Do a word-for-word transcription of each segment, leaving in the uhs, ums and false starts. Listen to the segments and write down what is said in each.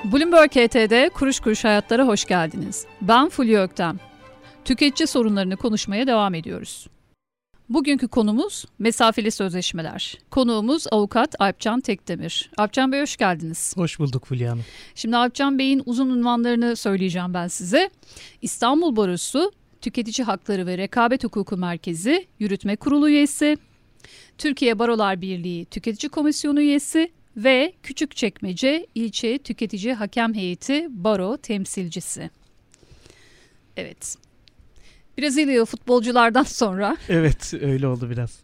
Bloomberg H T'de Kuruş Kuruş Hayatlara hoş geldiniz. Ben Fulya Öktem. Tüketici sorunlarını konuşmaya devam ediyoruz. Bugünkü konumuz mesafeli sözleşmeler. Konuğumuz avukat Alpcan Tekdemir. Alpcan Bey hoş geldiniz. Hoş bulduk Fulya Hanım. Şimdi Alpcan Bey'in uzun unvanlarını söyleyeceğim ben size. İstanbul Barosu, Tüketici Hakları ve Rekabet Hukuku Merkezi Yürütme Kurulu üyesi, Türkiye Barolar Birliği Tüketici Komisyonu üyesi ve Küçükçekmece İlçe Tüketici Hakem Heyeti Baro temsilcisi. Evet. Brezilyalı futbolculardan sonra. Evet, öyle oldu biraz.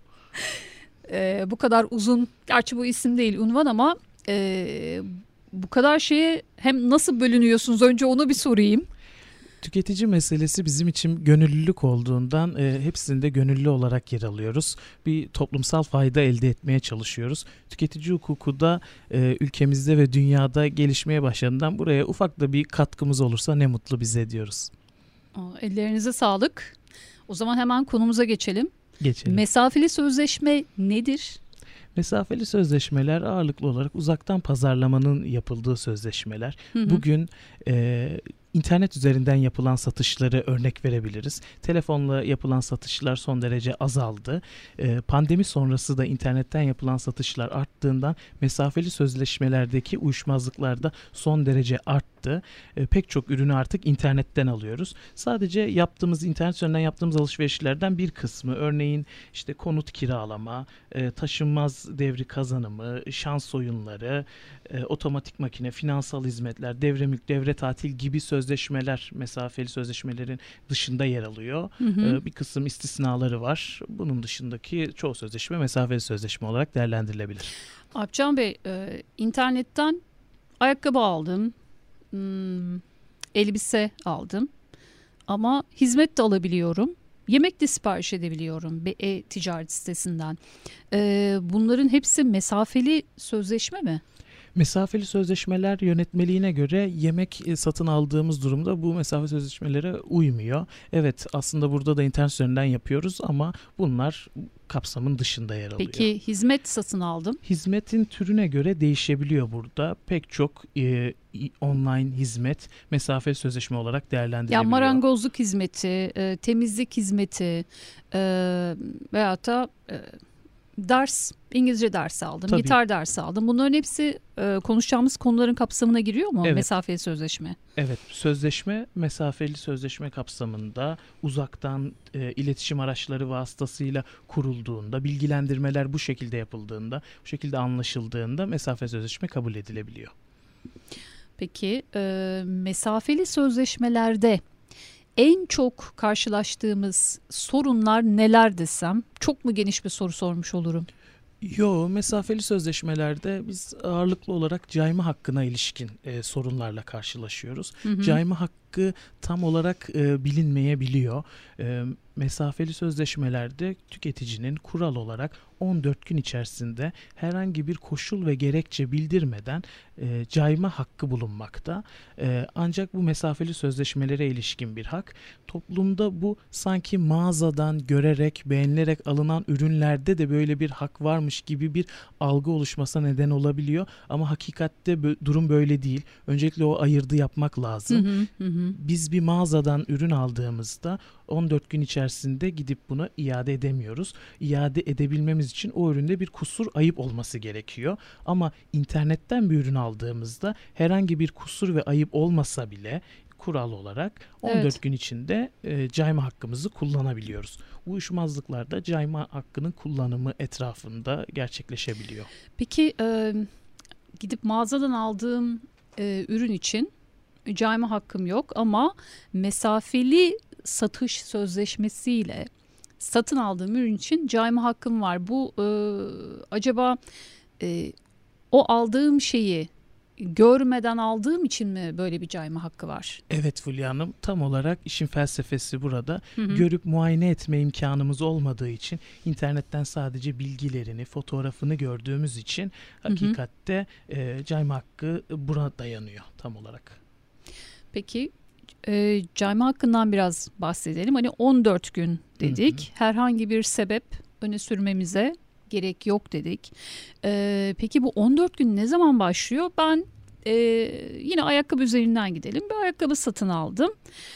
e, bu kadar uzun, gerçi bu isim değil unvan ama e, bu kadar şeye hem nasıl bölünüyorsunuz, önce onu bir sorayım. Tüketici meselesi bizim için gönüllülük olduğundan e, hepsinde gönüllü olarak yer alıyoruz. Bir toplumsal fayda elde etmeye çalışıyoruz. Tüketici hukuku da e, ülkemizde ve dünyada gelişmeye başladığından buraya ufak da bir katkımız olursa ne mutlu bize diyoruz. Ellerinize sağlık. O zaman hemen konumuza geçelim. Geçelim. Mesafeli sözleşme nedir? Mesafeli sözleşmeler ağırlıklı olarak uzaktan pazarlamanın yapıldığı sözleşmeler. Hı hı. Bugün e, İnternet üzerinden yapılan satışları örnek verebiliriz. Telefonla yapılan satışlar son derece azaldı. Ee, pandemi sonrası da internetten yapılan satışlar arttığından mesafeli sözleşmelerdeki uyuşmazlıklar da son derece arttı. Ee, pek çok ürünü artık internetten alıyoruz. Sadece yaptığımız internet üzerinden yaptığımız alışverişlerden bir kısmı, örneğin işte konut kiralama, e, taşınmaz devri kazanımı, şans oyunları, e, otomatik makine, finansal hizmetler, devre mülk, devre tatil gibi söz sözleşmeler, mesafeli sözleşmelerin dışında yer alıyor. Hı hı. Ee, bir kısım istisnaları var. Bunun dışındaki çoğu sözleşme mesafeli sözleşme olarak değerlendirilebilir. Alpcan Bey, e, internetten ayakkabı aldım, hmm, elbise aldım ama hizmet de alabiliyorum. Yemek de sipariş edebiliyorum bir e-ticaret sitesinden. E, bunların hepsi mesafeli sözleşme mi? Mesafeli sözleşmeler yönetmeliğine göre yemek satın aldığımız durumda bu mesafe sözleşmelere uymuyor. Evet, aslında burada da internet üzerinden yapıyoruz ama bunlar kapsamın dışında yer alıyor. Peki hizmet satın aldım. Hizmetin türüne göre değişebiliyor burada. Pek çok e, online hizmet mesafeli sözleşme olarak değerlendirilebiliyor. Ya marangozluk hizmeti, e, temizlik hizmeti e, veyahut da e, ders, İngilizce dersi aldım, Tabii. gitar dersi aldım. Bunların hepsi e, konuşacağımız konuların kapsamına giriyor mu? Evet. Mesafeli sözleşme. Evet, sözleşme mesafeli sözleşme kapsamında uzaktan e, iletişim araçları vasıtasıyla kurulduğunda, bilgilendirmeler bu şekilde yapıldığında, bu şekilde anlaşıldığında mesafeli sözleşme kabul edilebiliyor. Peki e, mesafeli sözleşmelerde en çok karşılaştığımız sorunlar neler desem? Çok mu geniş bir soru sormuş olurum? Yo, mesafeli sözleşmelerde biz ağırlıklı olarak cayma hakkına ilişkin e, sorunlarla karşılaşıyoruz. Hı hı. Cayma hakkı tam olarak e, bilinmeyebiliyor. E, mesafeli sözleşmelerde tüketicinin kural olarak on dört gün içerisinde herhangi bir koşul ve gerekçe bildirmeden e, cayma hakkı bulunmakta. E, ancak bu mesafeli sözleşmelere ilişkin bir hak. Toplumda bu sanki mağazadan görerek, beğenilerek alınan ürünlerde de böyle bir hak varmış gibi bir algı oluşmasına neden olabiliyor. Ama hakikatte bö- durum böyle değil. Öncelikle o ayırdı yapmak lazım. Hı hı, hı. Biz bir mağazadan ürün aldığımızda on dört gün içerisinde gidip bunu iade edemiyoruz. İade edebilmemiz için o üründe bir kusur, ayıp olması gerekiyor. Ama internetten bir ürün aldığımızda herhangi bir kusur ve ayıp olmasa bile kural olarak on dört evet. gün içinde e, cayma hakkımızı kullanabiliyoruz. Uyuşmazlıklarda cayma hakkının kullanımı etrafında gerçekleşebiliyor. Peki e, gidip mağazadan aldığım e, ürün için cayma hakkım yok ama mesafeli satış sözleşmesiyle satın aldığım ürün için cayma hakkım var. Bu e, acaba e, o aldığım şeyi görmeden aldığım için mi böyle bir cayma hakkı var? Evet Fulya Hanım, tam olarak işin felsefesi burada. Hı hı. Görüp muayene etme imkanımız olmadığı için internetten sadece bilgilerini, fotoğrafını gördüğümüz için hakikatte hı hı. E, cayma hakkı buna dayanıyor tam olarak. Peki e, cayma hakkından biraz bahsedelim. Hani on dört gün dedik. Hı hı. Herhangi bir sebep öne sürmemize gerek yok dedik. Ee, peki bu on dört gün ne zaman başlıyor? Ben e, yine ayakkabı üzerinden gidelim. Bir ayakkabı satın aldım.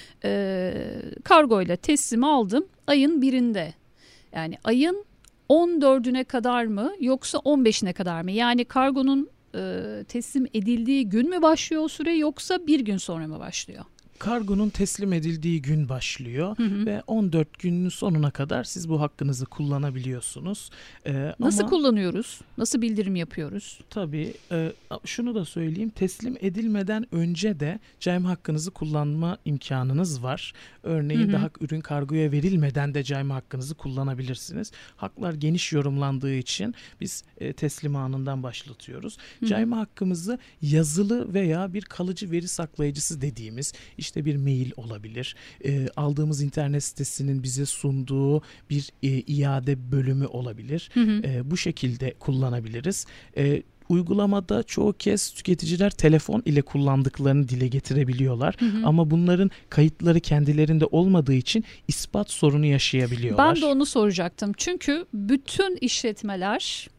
E, kargoyla teslim aldım ayın birinde. Yani ayın on dördüne kadar mı yoksa on beşine kadar mı? Yani kargonun e, teslim edildiği gün mü başlıyor o süre yoksa bir gün sonra mı başlıyor? Kargonun teslim edildiği gün başlıyor hı hı. ve on dört günün sonuna kadar siz bu hakkınızı kullanabiliyorsunuz. Ee, Nasıl ama, kullanıyoruz? Nasıl bildirim yapıyoruz? Tabii e, şunu da söyleyeyim, teslim edilmeden önce de cayma hakkınızı kullanma imkanınız var. Örneğin hı hı. daha ürün kargoya verilmeden de cayma hakkınızı kullanabilirsiniz. Haklar geniş yorumlandığı için biz e, teslim anından başlatıyoruz. Hı hı. Cayma hakkımızı yazılı veya bir kalıcı veri saklayıcısı dediğimiz İşte bir mail olabilir, e, aldığımız internet sitesinin bize sunduğu bir e, iade bölümü olabilir. Hı hı. E, bu şekilde kullanabiliriz. E, Uygulamada çoğu kez tüketiciler telefon ile kullandıklarını dile getirebiliyorlar. Hı hı. Ama bunların kayıtları kendilerinde olmadığı için ispat sorunu yaşayabiliyorlar. Ben de onu soracaktım. Çünkü bütün işletmeler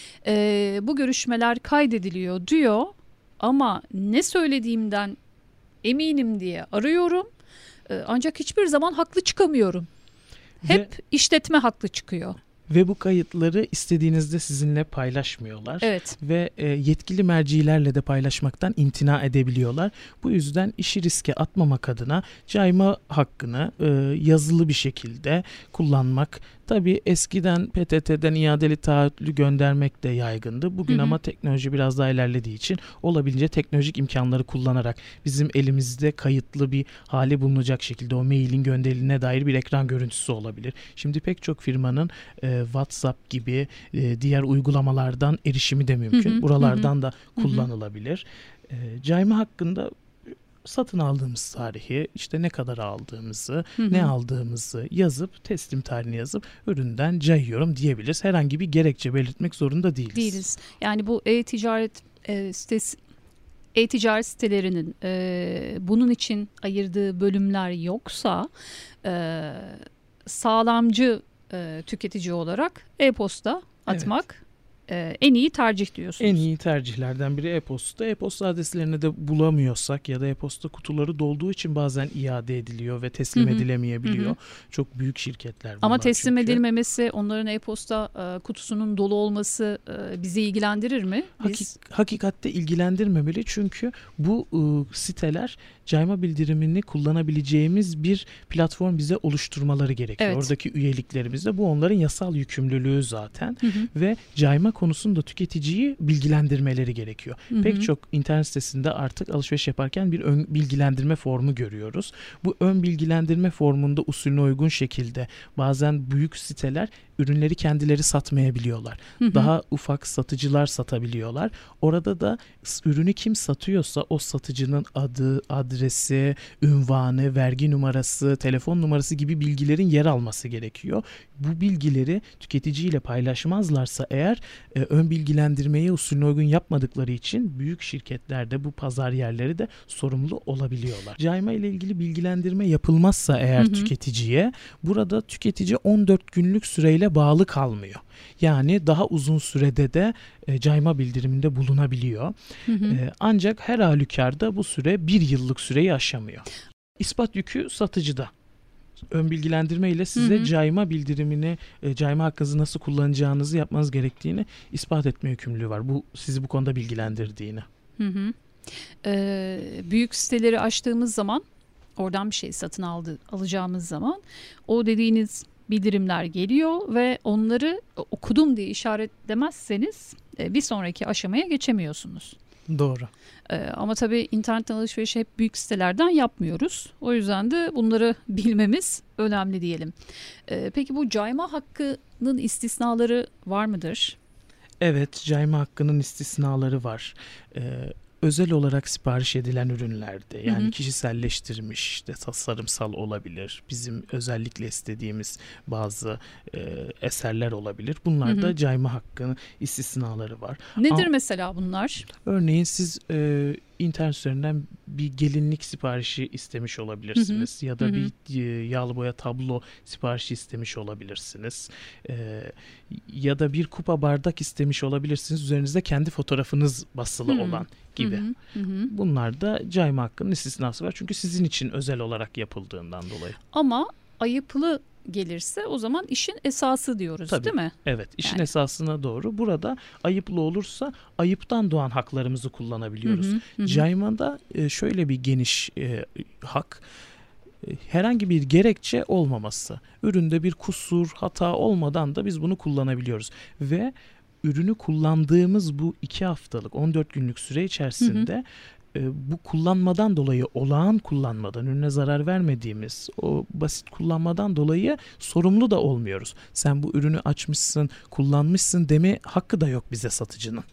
e, bu görüşmeler kaydediliyor diyor ama ne söylediğimden eminim diye arıyorum ee, ancak hiçbir zaman haklı çıkamıyorum. Hep ve, işletme haklı çıkıyor. Ve bu kayıtları istediğinizde sizinle paylaşmıyorlar. Evet. Ve e, yetkili mercilerle de paylaşmaktan imtina edebiliyorlar. Bu yüzden işi riske atmamak adına cayma hakkını e, yazılı bir şekilde kullanmak. Tabii eskiden P T T'den iadeli taahhütlü göndermek de yaygındı. Bugün hı hı. ama teknoloji biraz daha ilerlediği için olabildiğince teknolojik imkanları kullanarak bizim elimizde kayıtlı bir hali bulunacak şekilde o mailin gönderilene dair bir ekran görüntüsü olabilir. Şimdi pek çok firmanın e, WhatsApp gibi e, diğer uygulamalardan erişimi de mümkün. Hı hı. Buralardan hı hı. da kullanılabilir. E, cayma hakkında satın aldığımız tarihi, işte ne kadar aldığımızı, hı hı. ne aldığımızı yazıp, teslim tarihini yazıp üründen cayıyorum diyebiliriz. Herhangi bir gerekçe belirtmek zorunda değiliz. Değiliz. Yani bu e-ticaret e, sitesi, e-ticaret sitelerinin e, bunun için ayırdığı bölümler yoksa e, sağlamcı e, tüketici olarak e-posta atmak evet. Ee, en iyi tercih diyorsunuz. En iyi tercihlerden biri e-posta. E-posta adreslerini de bulamıyorsak ya da e-posta kutuları dolduğu için bazen iade ediliyor ve teslim Hı-hı. edilemeyebiliyor. Hı-hı. Çok büyük şirketler bunlar. Ama teslim çünkü. edilmemesi, onların e-posta e, kutusunun dolu olması e, bizi ilgilendirir mi? Biz... Hakik- hakikatte ilgilendirmemeli çünkü bu e, siteler cayma bildirimini kullanabileceğimiz bir platform bize oluşturmaları gerekiyor. Evet. Oradaki üyeliklerimizde bu onların yasal yükümlülüğü zaten hı hı. ve cayma konusunda tüketiciyi bilgilendirmeleri gerekiyor. Hı hı. Pek çok internet sitesinde artık alışveriş yaparken bir ön bilgilendirme formu görüyoruz. Bu ön bilgilendirme formunda usulüne uygun şekilde bazen büyük siteler ürünleri kendileri satmayabiliyorlar. Hı hı. Daha ufak satıcılar satabiliyorlar. Orada da ürünü kim satıyorsa o satıcının adı, adresi, ünvanı, vergi numarası, telefon numarası gibi bilgilerin yer alması gerekiyor. Bu bilgileri tüketiciyle paylaşmazlarsa eğer e, ön bilgilendirmeyi usulüne uygun yapmadıkları için büyük şirketlerde bu pazar yerleri de sorumlu olabiliyorlar. Cayma ile ilgili bilgilendirme yapılmazsa eğer hı hı. tüketiciye burada tüketici on dört günlük süreyle bağlı kalmıyor. Yani daha uzun sürede de e, cayma bildiriminde bulunabiliyor. Hı hı. E, ancak her halükarda bu süre bir yıllık süreyi aşamıyor. İspat yükü satıcıda. Ön bilgilendirme ile size hı hı. cayma bildirimini, e, cayma hakkınızı nasıl kullanacağınızı yapmanız gerektiğini ispat etme yükümlülüğü var. Bu sizi bu konuda bilgilendirdiğini. Hı hı. Ee, büyük siteleri açtığımız zaman, oradan bir şey satın aldı, alacağımız zaman o dediğiniz bildirimler geliyor ve onları okudum diye işaretlemezseniz bir sonraki aşamaya geçemiyorsunuz. Doğru. Ee, ama tabii internetten alışverişi hep büyük sitelerden yapmıyoruz. O yüzden de bunları bilmemiz önemli diyelim. Ee, peki bu cayma hakkının istisnaları var mıdır? Evet, cayma hakkının istisnaları var. Ee, özel olarak sipariş edilen ürünlerde, yani hı hı. kişiselleştirilmiş, işte tasarımsal olabilir, bizim özellikle istediğimiz bazı e, eserler olabilir. Bunlarda hı hı. cayma hakkının istisnaları var. Nedir Ama, mesela bunlar? Örneğin siz e, internet üzerinden bir gelinlik siparişi istemiş olabilirsiniz. Hı hı. Ya da hı hı. bir e, yağlı boya tablo siparişi istemiş olabilirsiniz. E, ya da bir kupa bardak istemiş olabilirsiniz. Üzerinizde kendi fotoğrafınız basılı hı hı. olan gibi. Hı hı. Bunlar da cayma hakkının istisnası var. Çünkü sizin için özel olarak yapıldığından dolayı. Ama ayıplı gelirse o zaman işin esası diyoruz. Tabii, değil mi? Evet, işin yani. esasına doğru. Burada ayıplı olursa ayıptan doğan haklarımızı kullanabiliyoruz. Hı hı, hı. Caymada şöyle bir geniş e, hak, herhangi bir gerekçe olmaması. Üründe bir kusur, hata olmadan da biz bunu kullanabiliyoruz. Ve ürünü kullandığımız bu iki haftalık, on dört günlük süre içerisinde hı hı. bu kullanmadan dolayı, olağan kullanmadan, ürüne zarar vermediğimiz o basit kullanmadan dolayı sorumlu da olmuyoruz. Sen bu ürünü açmışsın, kullanmışsın deme hakkı da yok bize satıcının.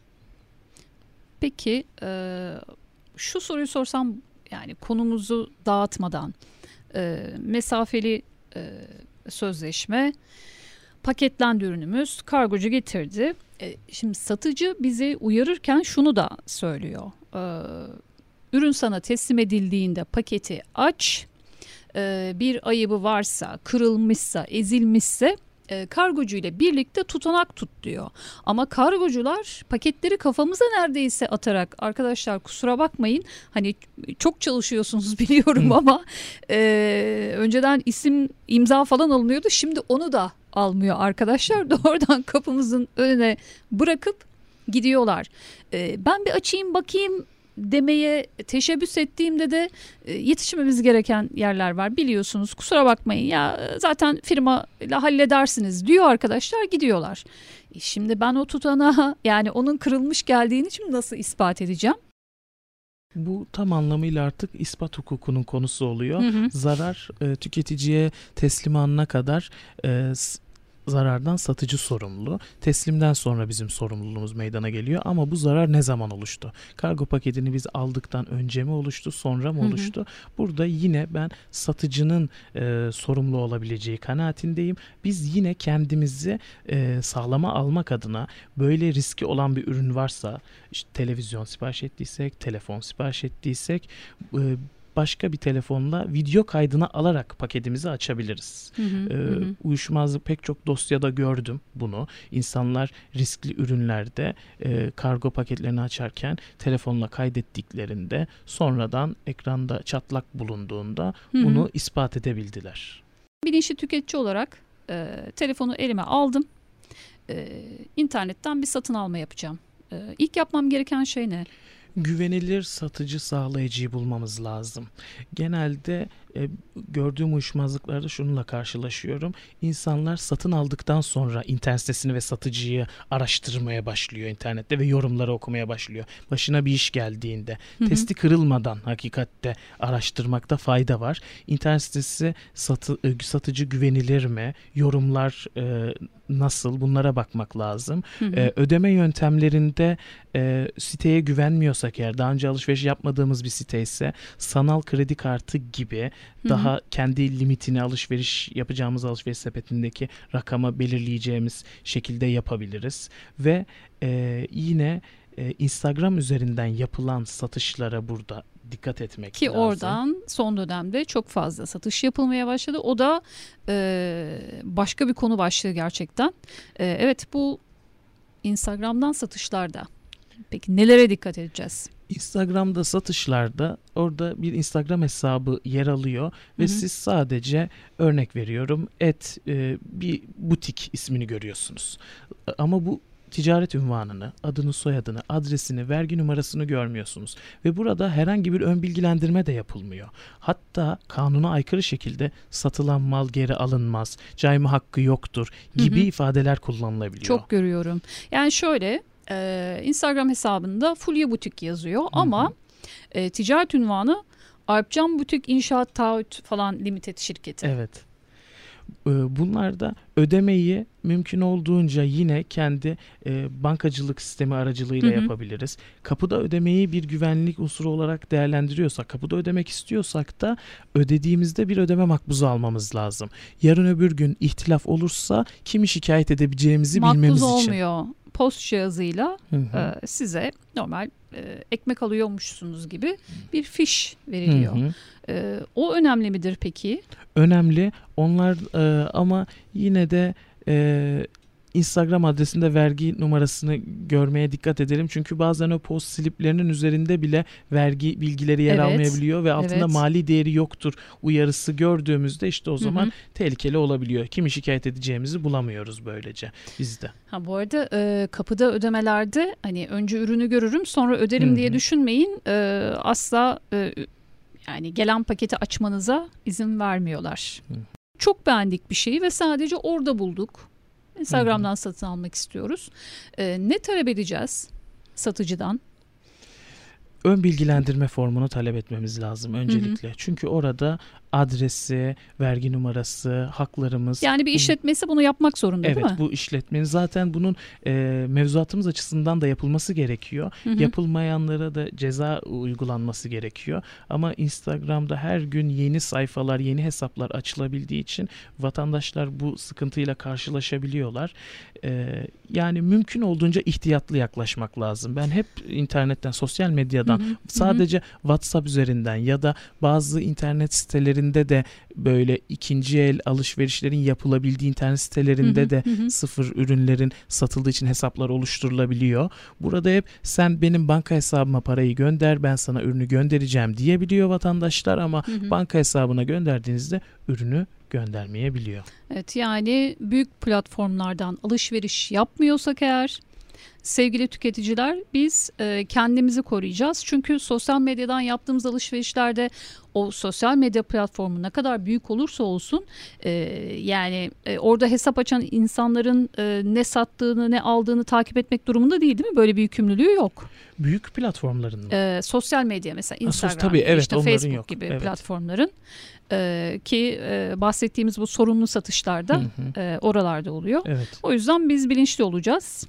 Peki e, şu soruyu sorsam, yani konumuzu dağıtmadan, e, mesafeli e, sözleşme, paketlendi ürünümüz, kargocu getirdi. E, şimdi satıcı bizi uyarırken şunu da söylüyor. E, Ürün sana teslim edildiğinde paketi aç, ee, bir ayıbı varsa, kırılmışsa, ezilmişse e, kargocu ile birlikte tutanak tut diyor. Ama kargocular paketleri kafamıza neredeyse atarak, arkadaşlar kusura bakmayın, hani çok çalışıyorsunuz biliyorum Hı. ama e, önceden isim, imza falan alınıyordu, şimdi onu da almıyor arkadaşlar, doğrudan kapımızın önüne bırakıp gidiyorlar. E, ben bir açayım bakayım demeye teşebbüs ettiğimde de e, yetişmemiz gereken yerler var biliyorsunuz, kusura bakmayın ya zaten firmayla halledersiniz diyor arkadaşlar, gidiyorlar. E şimdi ben o tutanağı, yani onun kırılmış geldiğini şimdi nasıl ispat edeceğim? Bu tam anlamıyla artık ispat hukukunun konusu oluyor. Hı hı. Zarar e, tüketiciye teslim anına kadar e, zarardan satıcı sorumlu. Teslimden sonra bizim sorumluluğumuz meydana geliyor. Ama bu zarar ne zaman oluştu? Kargo paketini biz aldıktan önce mi oluştu, sonra mı oluştu? Hı hı. Burada yine ben satıcının e, sorumlu olabileceği kanaatindeyim. Biz yine kendimizi e, sağlama almak adına, böyle riski olan bir ürün varsa, işte televizyon sipariş ettiysek, telefon sipariş ettiysek, e, başka bir telefonla video kaydını alarak paketimizi açabiliriz. Hı hı, ee, hı. Uyuşmazlık, pek çok dosyada gördüm bunu. İnsanlar riskli ürünlerde e, kargo paketlerini açarken telefonla kaydettiklerinde sonradan ekranda çatlak bulunduğunda hı hı. bunu ispat edebildiler. Bilinçli tüketici olarak e, telefonu elime aldım. E, internetten bir satın alma yapacağım. E, ilk yapmam gereken şey ne? Güvenilir satıcı sağlayıcıyı bulmamız lazım. Genelde e, gördüğüm uyuşmazlıklarda şununla karşılaşıyorum. İnsanlar satın aldıktan sonra internet sitesini ve satıcıyı araştırmaya başlıyor internette ve yorumları okumaya başlıyor. Başına bir iş geldiğinde hı hı. testi kırılmadan hakikatte araştırmakta fayda var. İnternet sitesi satı, satıcı güvenilir mi? Yorumlar e, nasıl? Bunlara bakmak lazım. Hı hı. E, ödeme yöntemlerinde e, siteye güvenmiyorsak, eğer daha önce alışveriş yapmadığımız bir site ise sanal kredi kartı gibi Hı-hı. daha kendi limitini, alışveriş yapacağımız alışveriş sepetindeki rakama belirleyeceğimiz şekilde yapabiliriz. Ve e, yine e, Instagram üzerinden yapılan satışlara burada dikkat etmek Ki lazım. Oradan son dönemde çok fazla satış yapılmaya başladı. O da e, başka bir konu başlığı gerçekten. E, evet, bu Instagram'dan satışlarda peki nelere dikkat edeceğiz? Instagram'da satışlarda orada bir Instagram hesabı yer alıyor ve hı hı. siz sadece, örnek veriyorum, et e, bir butik ismini görüyorsunuz. Ama bu ticaret unvanını, adını, soyadını, adresini, vergi numarasını görmüyorsunuz. Ve burada herhangi bir ön bilgilendirme de yapılmıyor. Hatta kanuna aykırı şekilde satılan mal geri alınmaz, cayma hakkı yoktur gibi hı hı. ifadeler kullanılabiliyor. Çok görüyorum. Yani şöyle, e, Instagram hesabında Fulya Butik yazıyor, hı hı. ama e, ticaret unvanı Alpcan Butik İnşaat Taahhüt falan Limited şirketi. Evet. Bunlar da ödemeyi mümkün olduğunca yine kendi e, bankacılık sistemi aracılığıyla hı hı. yapabiliriz. Kapıda ödemeyi bir güvenlik unsuru olarak değerlendiriyorsak, kapıda ödemek istiyorsak da ödediğimizde bir ödeme makbuzu almamız lazım. Yarın öbür gün ihtilaf olursa kimi şikayet edebileceğimizi Makbuz bilmemiz için. Makbuz olmuyor. post cihazıyla Hı hı. e, size normal e, ekmek alıyormuşsunuz gibi bir fiş veriliyor. Hı hı. E, o önemli midir peki? Önemli. Onlar e, ama yine de e, Instagram adresinde vergi numarasını görmeye dikkat edelim. Çünkü bazen o post sliplerinin üzerinde bile vergi bilgileri yer evet. almayabiliyor ve altında evet. mali değeri yoktur uyarısı gördüğümüzde işte o zaman hı hı. tehlikeli olabiliyor. Kimi şikayet edeceğimizi bulamıyoruz böylece biz de. Ha, bu arada e, kapıda ödemelerde hani önce ürünü görürüm sonra öderim hı hı. diye düşünmeyin. E, asla e, yani gelen paketi açmanıza izin vermiyorlar. Hı. Çok beğendik bir şeyi ve sadece orada bulduk. Instagram'dan hı hı. satın almak istiyoruz. Ee, ne talep edeceğiz satıcıdan? Ön bilgilendirme formunu talep etmemiz lazım öncelikle. Hı hı. Çünkü orada adresi, vergi numarası, haklarımız. Yani bir işletmesi bunu yapmak zorunda evet, değil mi? Evet, bu işletmenin zaten bunun e, mevzuatımız açısından da yapılması gerekiyor. Hı hı. Yapılmayanlara da ceza uygulanması gerekiyor. Ama Instagram'da her gün yeni sayfalar, yeni hesaplar açılabildiği için vatandaşlar bu sıkıntıyla karşılaşabiliyorlar. E, yani mümkün olduğunca ihtiyatlı yaklaşmak lazım. Ben hep internetten, sosyal medyadan hı hı. sadece hı hı. WhatsApp üzerinden ya da bazı internet siteleri de böyle ikinci el alışverişlerin yapılabildiği internet sitelerinde hı hı, de hı. sıfır ürünlerin satıldığı için hesaplar oluşturulabiliyor. Burada hep sen benim banka hesabıma parayı gönder, ben sana ürünü göndereceğim diyebiliyor vatandaşlar ama hı hı. banka hesabına gönderdiğinizde ürünü göndermeyebiliyor. Evet, yani büyük platformlardan alışveriş yapmıyorsak eğer sevgili tüketiciler biz e, kendimizi koruyacağız. Çünkü sosyal medyadan yaptığımız alışverişlerde o sosyal medya platformu ne kadar büyük olursa olsun e, yani e, orada hesap açan insanların e, ne sattığını ne aldığını takip etmek durumunda değil değil mi? Böyle bir yükümlülüğü yok. Büyük platformların mı? E, sosyal medya mesela Instagram, tabii, evet, işte Facebook yok. gibi evet. platformların e, ki e, bahsettiğimiz bu sorunlu satışlarda hı hı. E, oralarda oluyor. Evet. O yüzden biz bilinçli olacağız.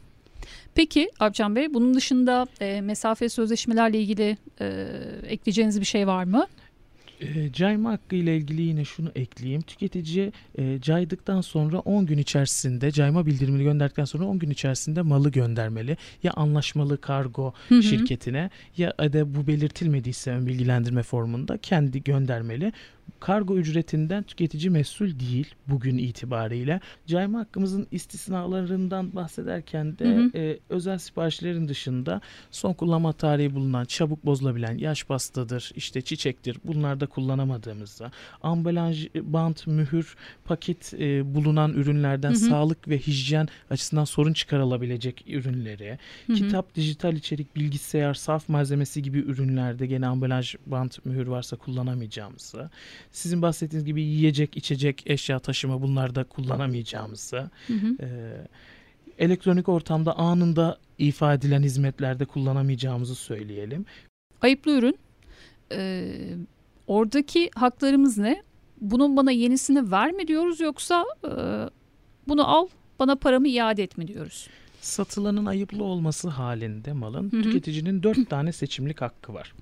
Peki Alpcan Bey, bunun dışında e, mesafe sözleşmelerle ilgili e, ekleyeceğiniz bir şey var mı? E, cayma hakkı ile ilgili yine şunu ekleyeyim. Tüketici e, caydıktan sonra on gün içerisinde cayma bildirimini gönderdikten sonra on gün içerisinde malı göndermeli. Ya anlaşmalı kargo hı hı. şirketine ya da bu belirtilmediyse ön bilgilendirme formunda kendi göndermeli. Kargo ücretinden tüketici mesul değil bugün itibariyle. Cayma hakkımızın istisnalarından bahsederken de hı hı. E, özel siparişlerin dışında son kullanma tarihi bulunan, çabuk bozulabilen yaş pastadır, işte çiçektir. Bunlarda kullanamadığımızda ambalaj, bant, mühür, paket e, bulunan ürünlerden hı hı. sağlık ve hijyen açısından sorun çıkarılabilecek ürünleri, hı hı. kitap, dijital içerik, bilgisayar, saf malzemesi gibi ürünlerde gene ambalaj, bant, mühür varsa kullanamayacağımızı, sizin bahsettiğiniz gibi yiyecek, içecek, eşya taşıma bunlarda kullanamayacağımızı, hı hı. E, elektronik ortamda anında ifade edilen hizmetlerde kullanamayacağımızı söyleyelim. Ayıplı ürün. Ee, oradaki haklarımız ne? Bunun bana yenisini ver mi diyoruz yoksa e, bunu al bana paramı iade et mi diyoruz? Satılanın ayıplı olması halinde malın hı hı. tüketicinin dört tane seçimlik hakkı var.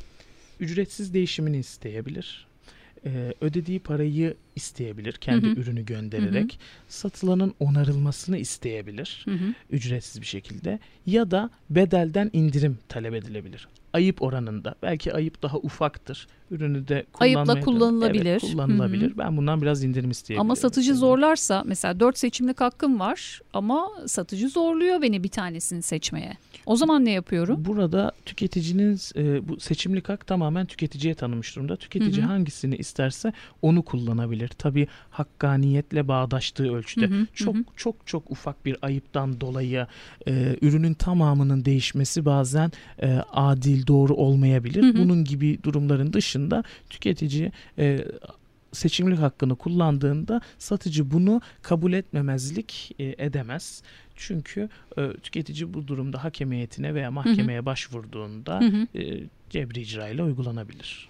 Ücretsiz değişimini isteyebilir. Ee, ödediği parayı isteyebilir kendi hı hı. ürünü göndererek. Hı hı. Satılanın onarılmasını isteyebilir hı hı. ücretsiz bir şekilde ya da bedelden indirim talep edilebilir. Ayıp oranında. Belki ayıp daha ufaktır. Ürünü de ayıpla kullanılabilir. Evet, kullanılabilir. Hı-hı. Ben bundan biraz indirim isteyebilirim. Ama satıcı mesela. zorlarsa mesela dört seçimlik hakkım var ama satıcı zorluyor beni bir tanesini seçmeye. O zaman ne yapıyorum? Burada tüketicinin e, bu seçimlik hak tamamen tüketiciye tanınmış durumda. Tüketici Hı-hı. hangisini isterse onu kullanabilir. Tabii hakkaniyetle bağdaştığı ölçüde. Hı-hı. Çok Hı-hı. çok çok ufak bir ayıptan dolayı e, ürünün tamamının değişmesi bazen e, adil, doğru olmayabilir. Hı-hı. Bunun gibi durumların dışında tüketici e, seçimlik hakkını kullandığında satıcı bunu kabul etmemezlik e, edemez. Çünkü e, tüketici bu durumda hakem heyetine veya mahkemeye hı hı. başvurduğunda hı hı. E, cebri icra ile uygulanabilir.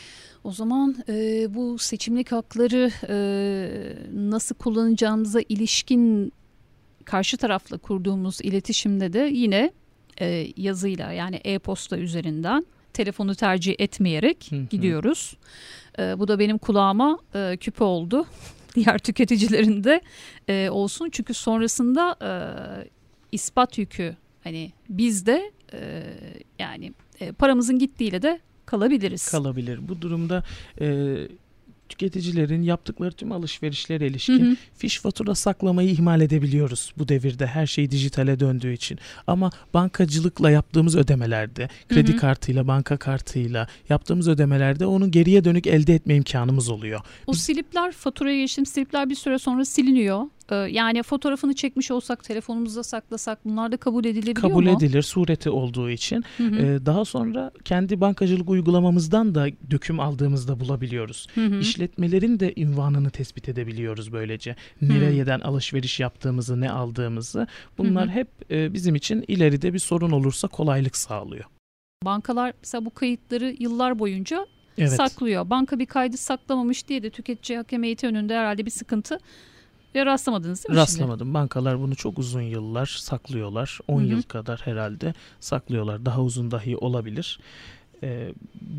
O zaman e, bu seçimlik hakları e, nasıl kullanacağımıza ilişkin karşı tarafla kurduğumuz iletişimde de yine e, yazıyla yani e-posta üzerinden telefonu tercih etmeyerek hı hı. gidiyoruz. E, bu da benim kulağıma e, küpe oldu. Diğer tüketicilerin de e, olsun. Çünkü sonrasında e, ispat yükü hani bizde e, yani e, paramızın gittiğiyle de kalabiliriz. Kalabilir. Bu durumda e, tüketicilerin yaptıkları tüm alışverişlere ilişkin hı hı. fiş fatura saklamayı ihmal edebiliyoruz bu devirde, her şey dijitale döndüğü için. Ama bankacılıkla yaptığımız ödemelerde, kredi hı hı. kartıyla, banka kartıyla yaptığımız ödemelerde onu geriye dönük elde etme imkanımız oluyor. O Biz... slipler, faturaya geçtim, slipler bir süre sonra siliniyor. Yani fotoğrafını çekmiş olsak, telefonumuzda saklasak bunlar da kabul edilebiliyor kabul mu? Kabul edilir, sureti olduğu için. Hı hı. Ee, daha sonra kendi bankacılık uygulamamızdan da döküm aldığımızda bulabiliyoruz. Hı hı. İşletmelerin de ünvanını tespit edebiliyoruz böylece. Nereden alışveriş yaptığımızı, ne aldığımızı. Bunlar hı hı. hep e, bizim için ileride bir sorun olursa kolaylık sağlıyor. Bankalar mesela bu kayıtları yıllar boyunca evet. saklıyor. Banka bir kaydı saklamamış diye de tüketici hakem heyeti önünde herhalde bir sıkıntı ve rastlamadınız değil mi? Rastlamadım. Şimdi? Bankalar bunu çok uzun yıllar saklıyorlar. on yıl kadar herhalde saklıyorlar. Daha uzun dahi olabilir. Ee,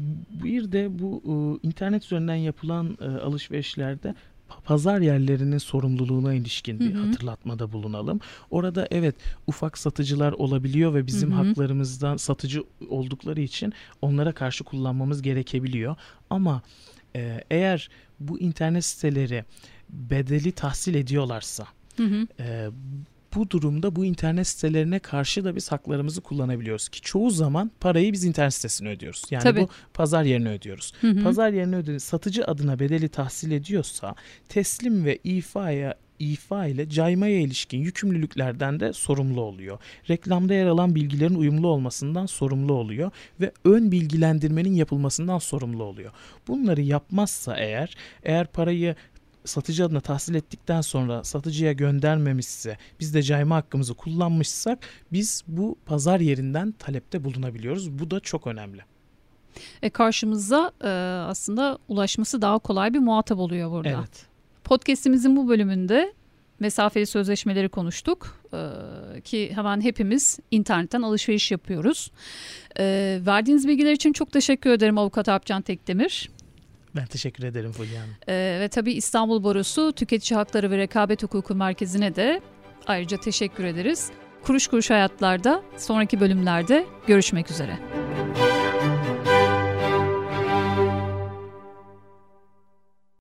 bir de bu e, internet üzerinden yapılan e, alışverişlerde pazar yerlerinin sorumluluğuna ilişkin bir hı hı. hatırlatmada bulunalım. Orada evet ufak satıcılar olabiliyor ve bizim hı hı. haklarımızdan satıcı oldukları için onlara karşı kullanmamız gerekebiliyor. Ama e, eğer bu internet siteleri bedeli tahsil ediyorlarsa hı hı. E, bu durumda bu internet sitelerine karşı da biz haklarımızı kullanabiliyoruz ki çoğu zaman parayı biz internet sitesine ödüyoruz. Yani Tabii. bu pazar yerine ödüyoruz. Hı hı. Pazar yerine ödüyoruz. Satıcı adına bedeli tahsil ediyorsa teslim ve ifaya ifa ile caymaya ilişkin yükümlülüklerden de sorumlu oluyor. Reklamda yer alan bilgilerin uyumlu olmasından sorumlu oluyor ve ön bilgilendirmenin yapılmasından sorumlu oluyor. Bunları yapmazsa eğer, eğer parayı satıcı adına tahsil ettikten sonra satıcıya göndermemişse, biz de cayma hakkımızı kullanmışsak biz bu pazar yerinden talepte bulunabiliyoruz. Bu da çok önemli. E karşımıza e, aslında ulaşması daha kolay bir muhatap oluyor burada. Evet. Podcast'imizin bu bölümünde mesafeli sözleşmeleri konuştuk ee, ki hemen hepimiz internetten alışveriş yapıyoruz. Ee, verdiğiniz bilgiler için çok teşekkür ederim Avukat Alpcan Tekdemir. Ben teşekkür ederim Fulya Hanım. Ee, ve tabii İstanbul Barosu Tüketici Hakları ve Rekabet Hukuku Merkezi'ne de ayrıca teşekkür ederiz. Kuruş Kuruş Hayatlar'da sonraki bölümlerde görüşmek üzere.